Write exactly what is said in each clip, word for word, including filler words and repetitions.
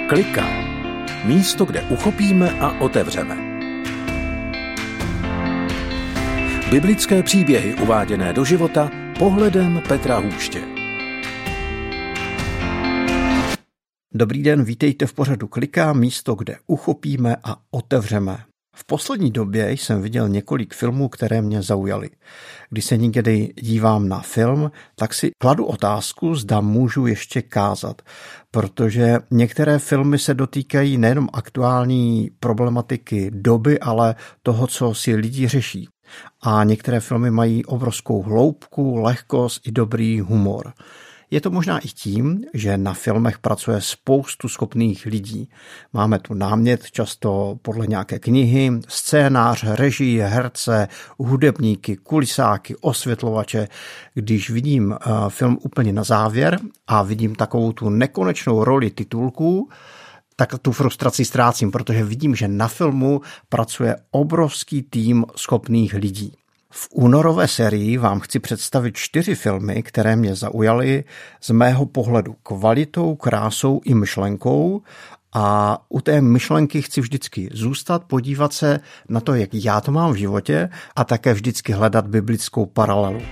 Klika. Místo, kde uchopíme a otevřeme. Biblické příběhy uváděné do života pohledem Petra Hůště. Dobrý den, vítejte v pořadu Klika, místo, kde uchopíme a otevřeme. V poslední době jsem viděl několik filmů, které mě zaujaly. Když se někdy dívám na film, tak si kladu otázku, zda můžu ještě kázat, protože některé filmy se dotýkají nejenom aktuální problematiky doby, ale toho, co si lidi řeší. A některé filmy mají obrovskou hloubku, lehkost i dobrý humor. Je to možná i tím, že na filmech pracuje spoustu schopných lidí. Máme tu námět často podle nějaké knihy, scénář, režii, herce, hudebníky, kulisáky, osvětlovače. Když vidím film úplně na závěr a vidím takovou tu nekonečnou roli titulků, tak tu frustraci ztrácím, protože vidím, že na filmu pracuje obrovský tým schopných lidí. V únorové sérii vám chci představit čtyři filmy, které mě zaujaly z mého pohledu kvalitou, krásou i myšlenkou, a u té myšlenky chci vždycky zůstat, podívat se na to, jak já to mám v životě a také vždycky hledat biblickou paralelu.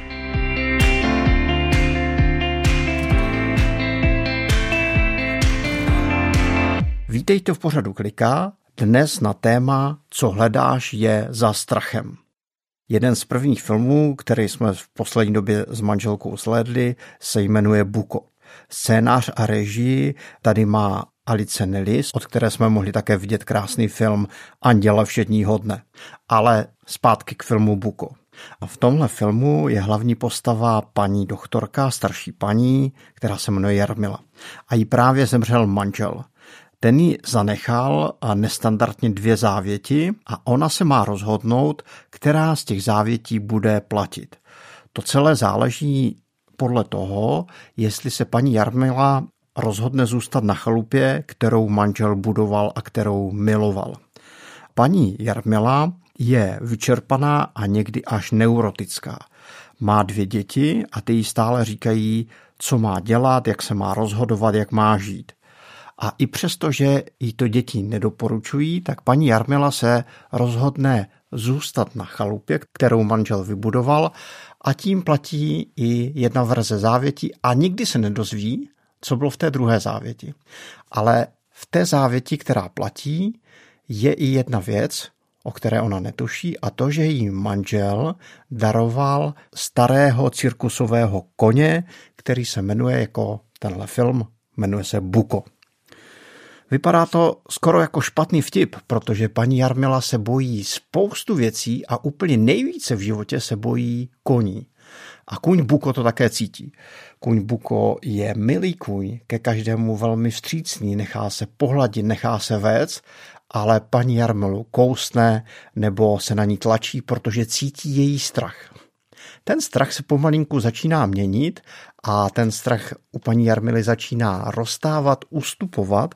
Vítejte v pořadu Klika, dnes na téma Co hledáš je za strachem. Jeden z prvních filmů, který jsme v poslední době s manželkou sledli, se jmenuje Buko. Scénář a režii tady má Alice Nellis, od které jsme mohli také vidět krásný film Anděla všedního dne. Ale zpátky k filmu Buko. A v tomhle filmu je hlavní postava paní doktorka, starší paní, která se jmenuje Jarmila. A jí právě zemřel manžel. Ten jí zanechal nestandardně dvě závěti a ona se má rozhodnout, která z těch závětí bude platit. To celé záleží podle toho, jestli se paní Jarmila rozhodne zůstat na chalupě, kterou manžel budoval a kterou miloval. Paní Jarmila je vyčerpaná a někdy až neurotická. Má dvě děti a ty jí stále říkají, co má dělat, jak se má rozhodovat, jak má žít. A i přesto, že jí to děti nedoporučují, tak paní Jarmila se rozhodne zůstat na chalupě, kterou manžel vybudoval, a tím platí i jedna verze závěti a nikdy se nedozví, co bylo v té druhé závěti. Ale v té závěti, která platí, je i jedna věc, o které ona netuší, a to, že jí manžel daroval starého cirkusového koně, který se jmenuje jako tenhle film, jmenuje se Buko. Vypadá to skoro jako špatný vtip, protože paní Jarmila se bojí spoustu věcí a úplně nejvíce v životě se bojí koní. A kůň Buko to také cítí. Kůň Buko je milý kůň, ke každému velmi vstřícný, nechá se pohladit, nechá se vést, ale paní Jarmilu kousne nebo se na ní tlačí, protože cítí její strach. Ten strach se pomalinku začíná měnit a ten strach u paní Jarmily začíná roztávat, ustupovat,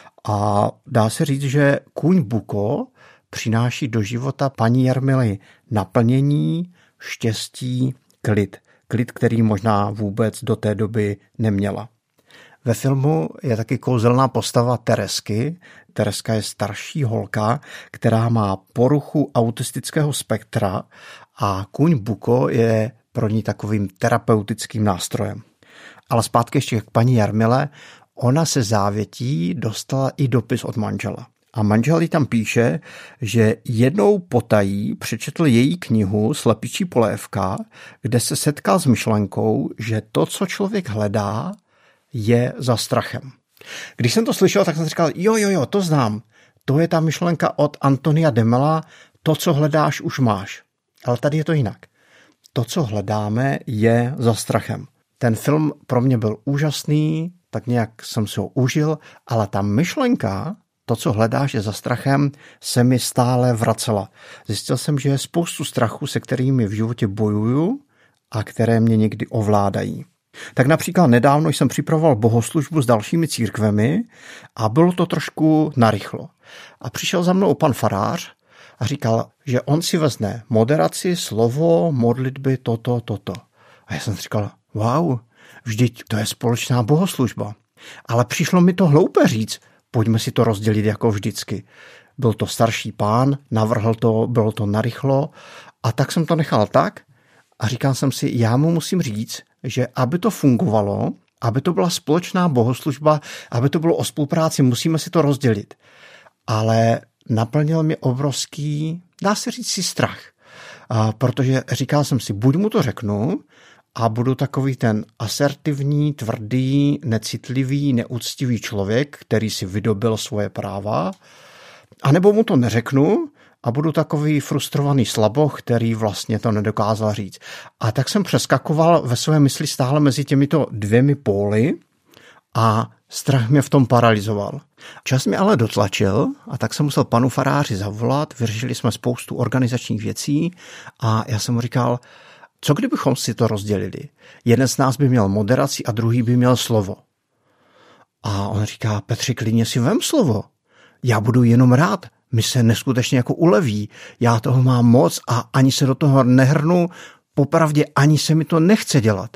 a dá se říct, že kůň Buko přináší do života paní Jarmily naplnění, štěstí, klid. Klid, který možná vůbec do té doby neměla. Ve filmu je taky kouzelná postava Teresky. Tereska je starší holka, která má poruchu autistického spektra a kůň Buko je pro ní takovým terapeutickým nástrojem. Ale zpátky ještě k paní Jarmile. Ona se závětí dostala i dopis od manžela. A manžel jí tam píše, že jednou potají přečetl její knihu Slepičí polévka, kde se setkal s myšlenkou, že to, co člověk hledá, je za strachem. Když jsem to slyšel, tak jsem říkal, jo, jo, jo, to znám. To je ta myšlenka od Antonia Demela, to, co hledáš, už máš. Ale tady je to jinak. To, co hledáme, je za strachem. Ten film pro mě byl úžasný, tak nějak jsem si ho užil, ale ta myšlenka, to, co hledáš je za strachem, se mi stále vracela. Zjistil jsem, že je spoustu strachu, se kterými v životě bojuju a které mě někdy ovládají. Tak například nedávno jsem připravoval bohoslužbu s dalšími církvemi a bylo to trošku narychlo. A přišel za mnou pan farář a říkal, že on si vezme moderaci, slovo, modlitby, toto, toto. A já jsem si říkal, wow, vždyť to je společná bohoslužba. Ale přišlo mi to hloupé říct, pojďme si to rozdělit jako vždycky. Byl to starší pán, navrhl to, bylo to narychlo a tak jsem to nechal tak a říkal jsem si, já mu musím říct, že aby to fungovalo, aby to byla společná bohoslužba, aby to bylo o spolupráci, musíme si to rozdělit. Ale naplnil mě obrovský, dá se říct si strach, a protože říkal jsem si, buď mu to řeknu a budu takový ten asertivní, tvrdý, necitlivý, neúctivý člověk, který si vydobil svoje práva, anebo mu to neřeknu a budu takový frustrovaný slaboch, který vlastně to nedokázal říct. A tak jsem přeskakoval ve své mysli stále mezi těmito dvěmi póly a strach mě v tom paralyzoval. Čas mě ale dotlačil a tak jsem musel panu faráři zavolat, vyřešili jsme spoustu organizačních věcí a já jsem mu říkal, co kdybychom si to rozdělili? Jeden z nás by měl moderaci a druhý by měl slovo. A on říká, Petře, klidně si vem slovo. Já budu jenom rád, mi se neskutečně jako uleví, já toho mám moc a ani se do toho nehrnu, popravdě ani se mi to nechce dělat.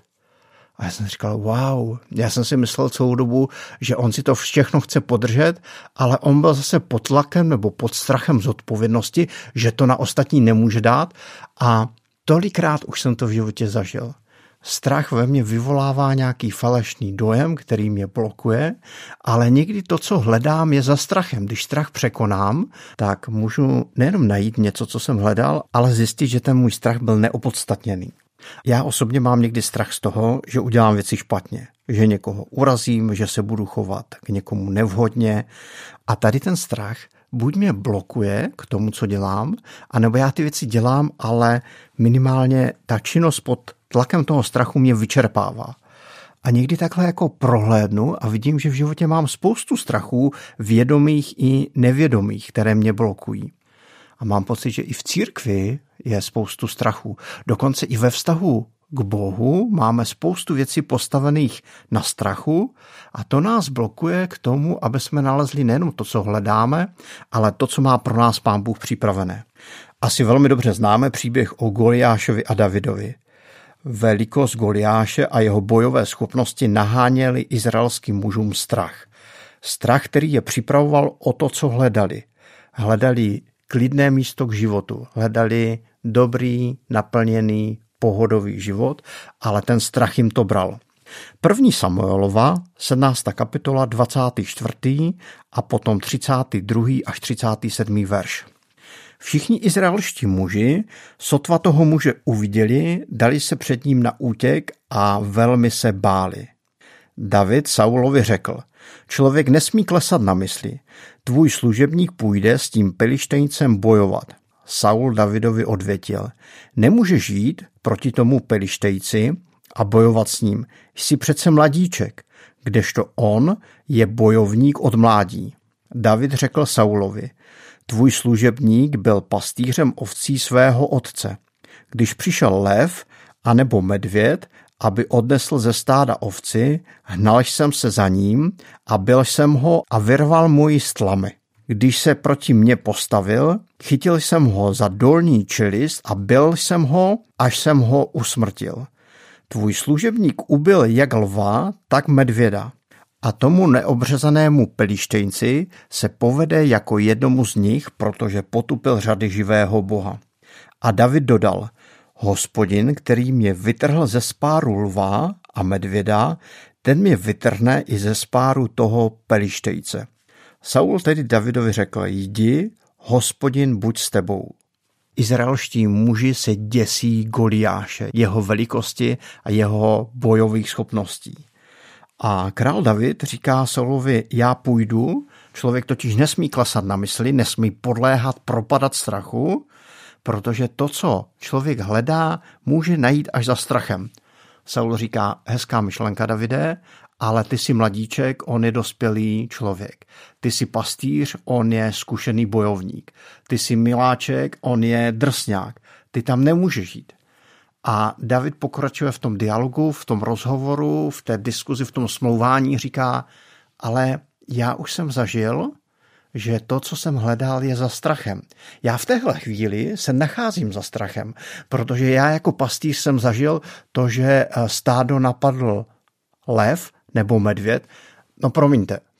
A já jsem říkal, wow, já jsem si myslel celou dobu, že on si to všechno chce podržet, ale on byl zase pod tlakem nebo pod strachem zodpovědnosti, že to na ostatní nemůže dát a tolikrát už jsem to v životě zažil. Strach ve mně vyvolává nějaký falešný dojem, který mě blokuje, ale někdy to, co hledám, je za strachem. Když strach překonám, tak můžu nejenom najít něco, co jsem hledal, ale zjistit, že ten můj strach byl neopodstatněný. Já osobně mám někdy strach z toho, že udělám věci špatně, že někoho urazím, že se budu chovat k někomu nevhodně a tady ten strach buď mě blokuje k tomu, co dělám, anebo já ty věci dělám, ale minimálně ta činnost pod tlakem toho strachu mě vyčerpává. A někdy takhle jako prohlédnu a vidím, že v životě mám spoustu strachů, vědomých i nevědomých, které mě blokují. A mám pocit, že i v církvi je spoustu strachů. Dokonce i ve vztahu k Bohu máme spoustu věcí postavených na strachu a to nás blokuje k tomu, aby jsme nalezli nejenom to, co hledáme, ale to, co má pro nás Pán Bůh připravené. Asi velmi dobře známe příběh o Goliášovi a Davidovi. Velikost Goliáše a jeho bojové schopnosti naháněly izraelským mužům strach. Strach, který je připravoval o to, co hledali. Hledali klidné místo k životu, hledali dobrý, naplněný, pohodový život, ale ten strach jim to bral. První Samuelova, sedmnáctá kapitola, dvacátý čtvrtý a potom třicátý druhý až třicátý sedmý verš. Všichni izraelští muži sotva toho muže uviděli, dali se před ním na útěk a velmi se báli. David Saulovi řekl, člověk nesmí klesat na mysli, tvůj služebník půjde s tím Pelištejncem bojovat. Saul Davidovi odvětil, nemůžeš jít proti tomu Pelištejci a bojovat s ním, jsi přece mladíček, kdežto on je bojovník od mládí. David řekl Saulovi, tvůj služebník byl pastýřem ovcí svého otce. Když přišel lev anebo medvěd, aby odnesl ze stáda ovci, hnal jsem se za ním a byl jsem ho a vyrval mu ji z tlamy. Když se proti mně postavil, chytil jsem ho za dolní čelist a bil jsem ho, až jsem ho usmrtil. Tvůj služebník ubil jak lva, tak medvěda. A tomu neobřezanému Pelištejci se povede jako jednomu z nich, protože potupil řady živého Boha. A David dodal, Hospodin, který mě vytrhl ze spáru lva a medvěda, ten mě vytrhne i ze spáru toho Pelištejce. Saul tedy Davidovi řekl, jdi, Hospodin buď s tebou. Izraelští muži se děsí Goliáše, jeho velikosti a jeho bojových schopností. A král David říká Saulovi, já půjdu, člověk totiž nesmí klesat na mysli, nesmí podléhat, propadat strachu, protože to, co člověk hledá, může najít až za strachem. Saul říká, hezká myšlenka, Davide, ale ty jsi mladíček, on je dospělý člověk. Ty jsi pastýř, on je zkušený bojovník. Ty jsi miláček, on je drsňák. Ty tam nemůžeš jít. A David pokračuje v tom dialogu, v tom rozhovoru, v té diskuzi, v tom smlouvání, říká, ale já už jsem zažil, že to, co jsem hledal, je za strachem. Já v téhle chvíli se nacházím za strachem, protože já jako pastýř jsem zažil to, že stádo napadl lev nebo medvěd. No promiňte,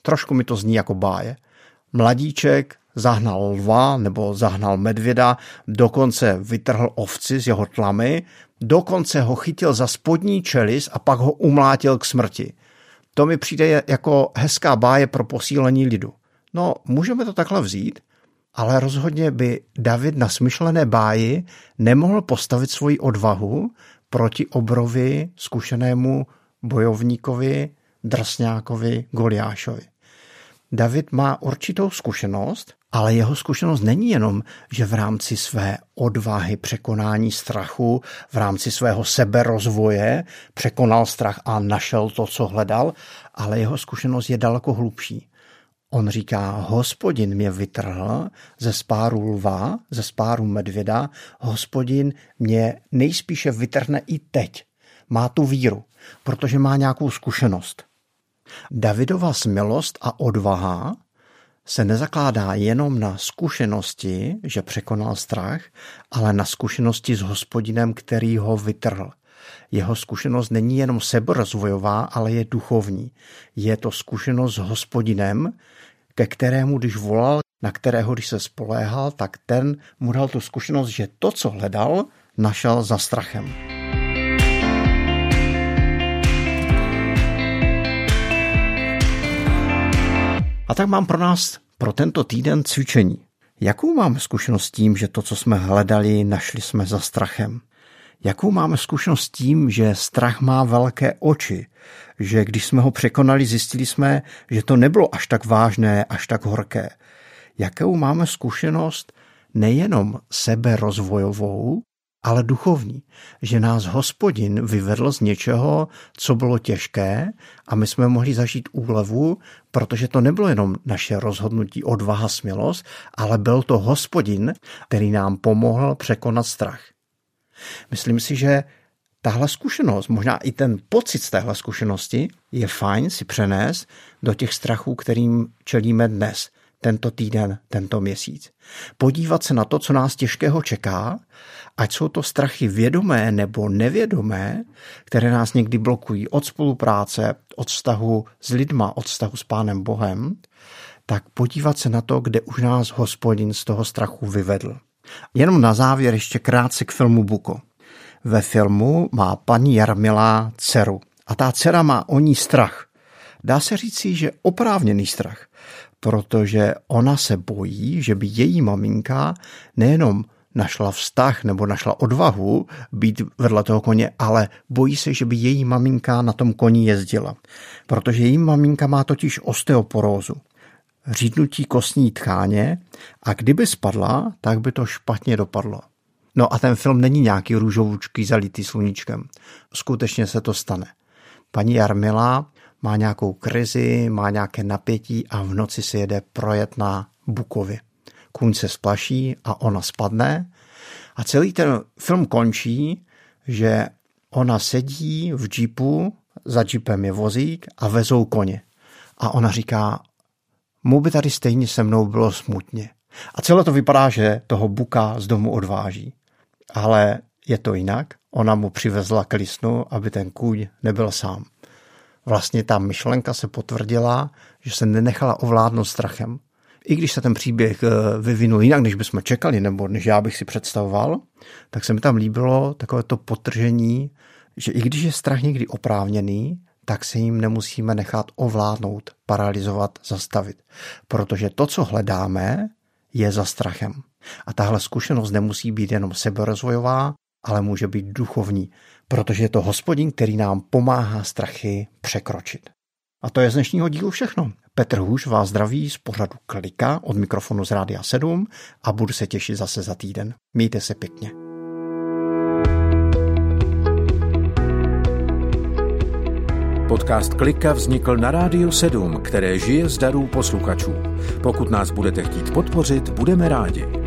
Trošku mi to zní jako báje. Mladíček zahnal lva nebo zahnal medvěda, dokonce vytrhl ovci z jeho tlamy, dokonce ho chytil za spodní čelis a pak ho umlátil k smrti. To mi přijde jako hezká báje pro posílení lidu. No, můžeme to takhle vzít, ale rozhodně by David na smyšlené báji nemohl postavit svoji odvahu proti obrovi zkušenému bojovníkovi, drsňákovi Goliášovi. David má určitou zkušenost, ale jeho zkušenost není jenom, že v rámci své odvahy, překonání strachu, v rámci svého seberozvoje překonal strach a našel to, co hledal, ale jeho zkušenost je daleko hlubší. On říká, Hospodin mě vytrhl ze spáru lva, ze spáru medvěda, Hospodin mě nejspíše vytrhne i teď. Má tu víru, protože má nějakou zkušenost. Davidova smělost a odvaha se nezakládá jenom na zkušenosti, že překonal strach, ale na zkušenosti s Hospodinem, který ho vytrhl. Jeho zkušenost není jenom seberozvojová, ale je duchovní. Je to zkušenost s Hospodinem, ke kterému, když volal, na kterého, když se spoléhal, tak ten mu dal tu zkušenost, že to, co hledal, našel za strachem. A tak mám pro nás pro tento týden cvičení. Jakou máme zkušenost s tím, že to, co jsme hledali, našli jsme za strachem? Jakou máme zkušenost s tím, že strach má velké oči? Že když jsme ho překonali, zjistili jsme, že to nebylo až tak vážné, až tak horké. Jakou máme zkušenost nejenom seberozvojovou, ale duchovní, že nás Hospodin vyvedl z něčeho, co bylo těžké a my jsme mohli zažít úlevu, protože to nebylo jenom naše rozhodnutí, odvaha, smělost, ale byl to Hospodin, který nám pomohl překonat strach. Myslím si, že tahle zkušenost, možná i ten pocit z téhle zkušenosti je fajn si přenést do těch strachů, kterým čelíme dnes, tento týden, tento měsíc. Podívat se na to, co nás těžkého čeká, ať jsou to strachy vědomé nebo nevědomé, které nás někdy blokují od spolupráce, od vztahu s lidma, od vztahu s Pánem Bohem, tak podívat se na to, kde už nás Hospodin z toho strachu vyvedl. Jenom na závěr ještě krátce k filmu Buko. Ve filmu má paní Jarmila dceru a ta dcera má o ní strach. Dá se říci, že oprávněný strach, protože ona se bojí, že by její maminka nejenom našla vztah nebo našla odvahu být vedle toho koně, ale bojí se, že by její maminka na tom koni jezdila. Protože její maminka má totiž osteoporózu, řídnutí kostní tkáně a kdyby spadla, tak by to špatně dopadlo. No a ten film není nějaký růžovoučký zalitý sluníčkem. Skutečně se to stane. Paní Jarmila má nějakou krizi, má nějaké napětí a v noci se jede projet na Bukově. Kůň se splaší a ona spadne a celý ten film končí, že ona sedí v džipu, za džipem je vozík a vezou koně. A ona říká, mu by tady stejně se mnou bylo smutně. A celé to vypadá, že toho Buka z domu odváží. Ale je to jinak. Ona mu přivezla klísnu, aby ten kůň nebyl sám. Vlastně ta myšlenka se potvrdila, že se nenechala ovládnout strachem. I když se ten příběh vyvinul jinak, než bychom čekali, nebo než já bych si představoval, tak se mi tam líbilo takové to podtržení, že i když je strach někdy oprávněný, tak se jim nemusíme nechat ovládnout, paralyzovat, zastavit. Protože to, co hledáme, je za strachem. A tahle zkušenost nemusí být jenom seberozvojová, ale může být duchovní, protože je to Hospodin, který nám pomáhá strachy překročit. A to je z dnešního dílu všechno. Petr Hůš vás zdraví z pořadu Klika od mikrofonu z Rádia sedm a budu se těšit zase za týden. Mějte se pěkně. Podcast Klika vznikl na Rádiu sedm, které žije z darů posluchačů. Pokud nás budete chtít podpořit, budeme rádi.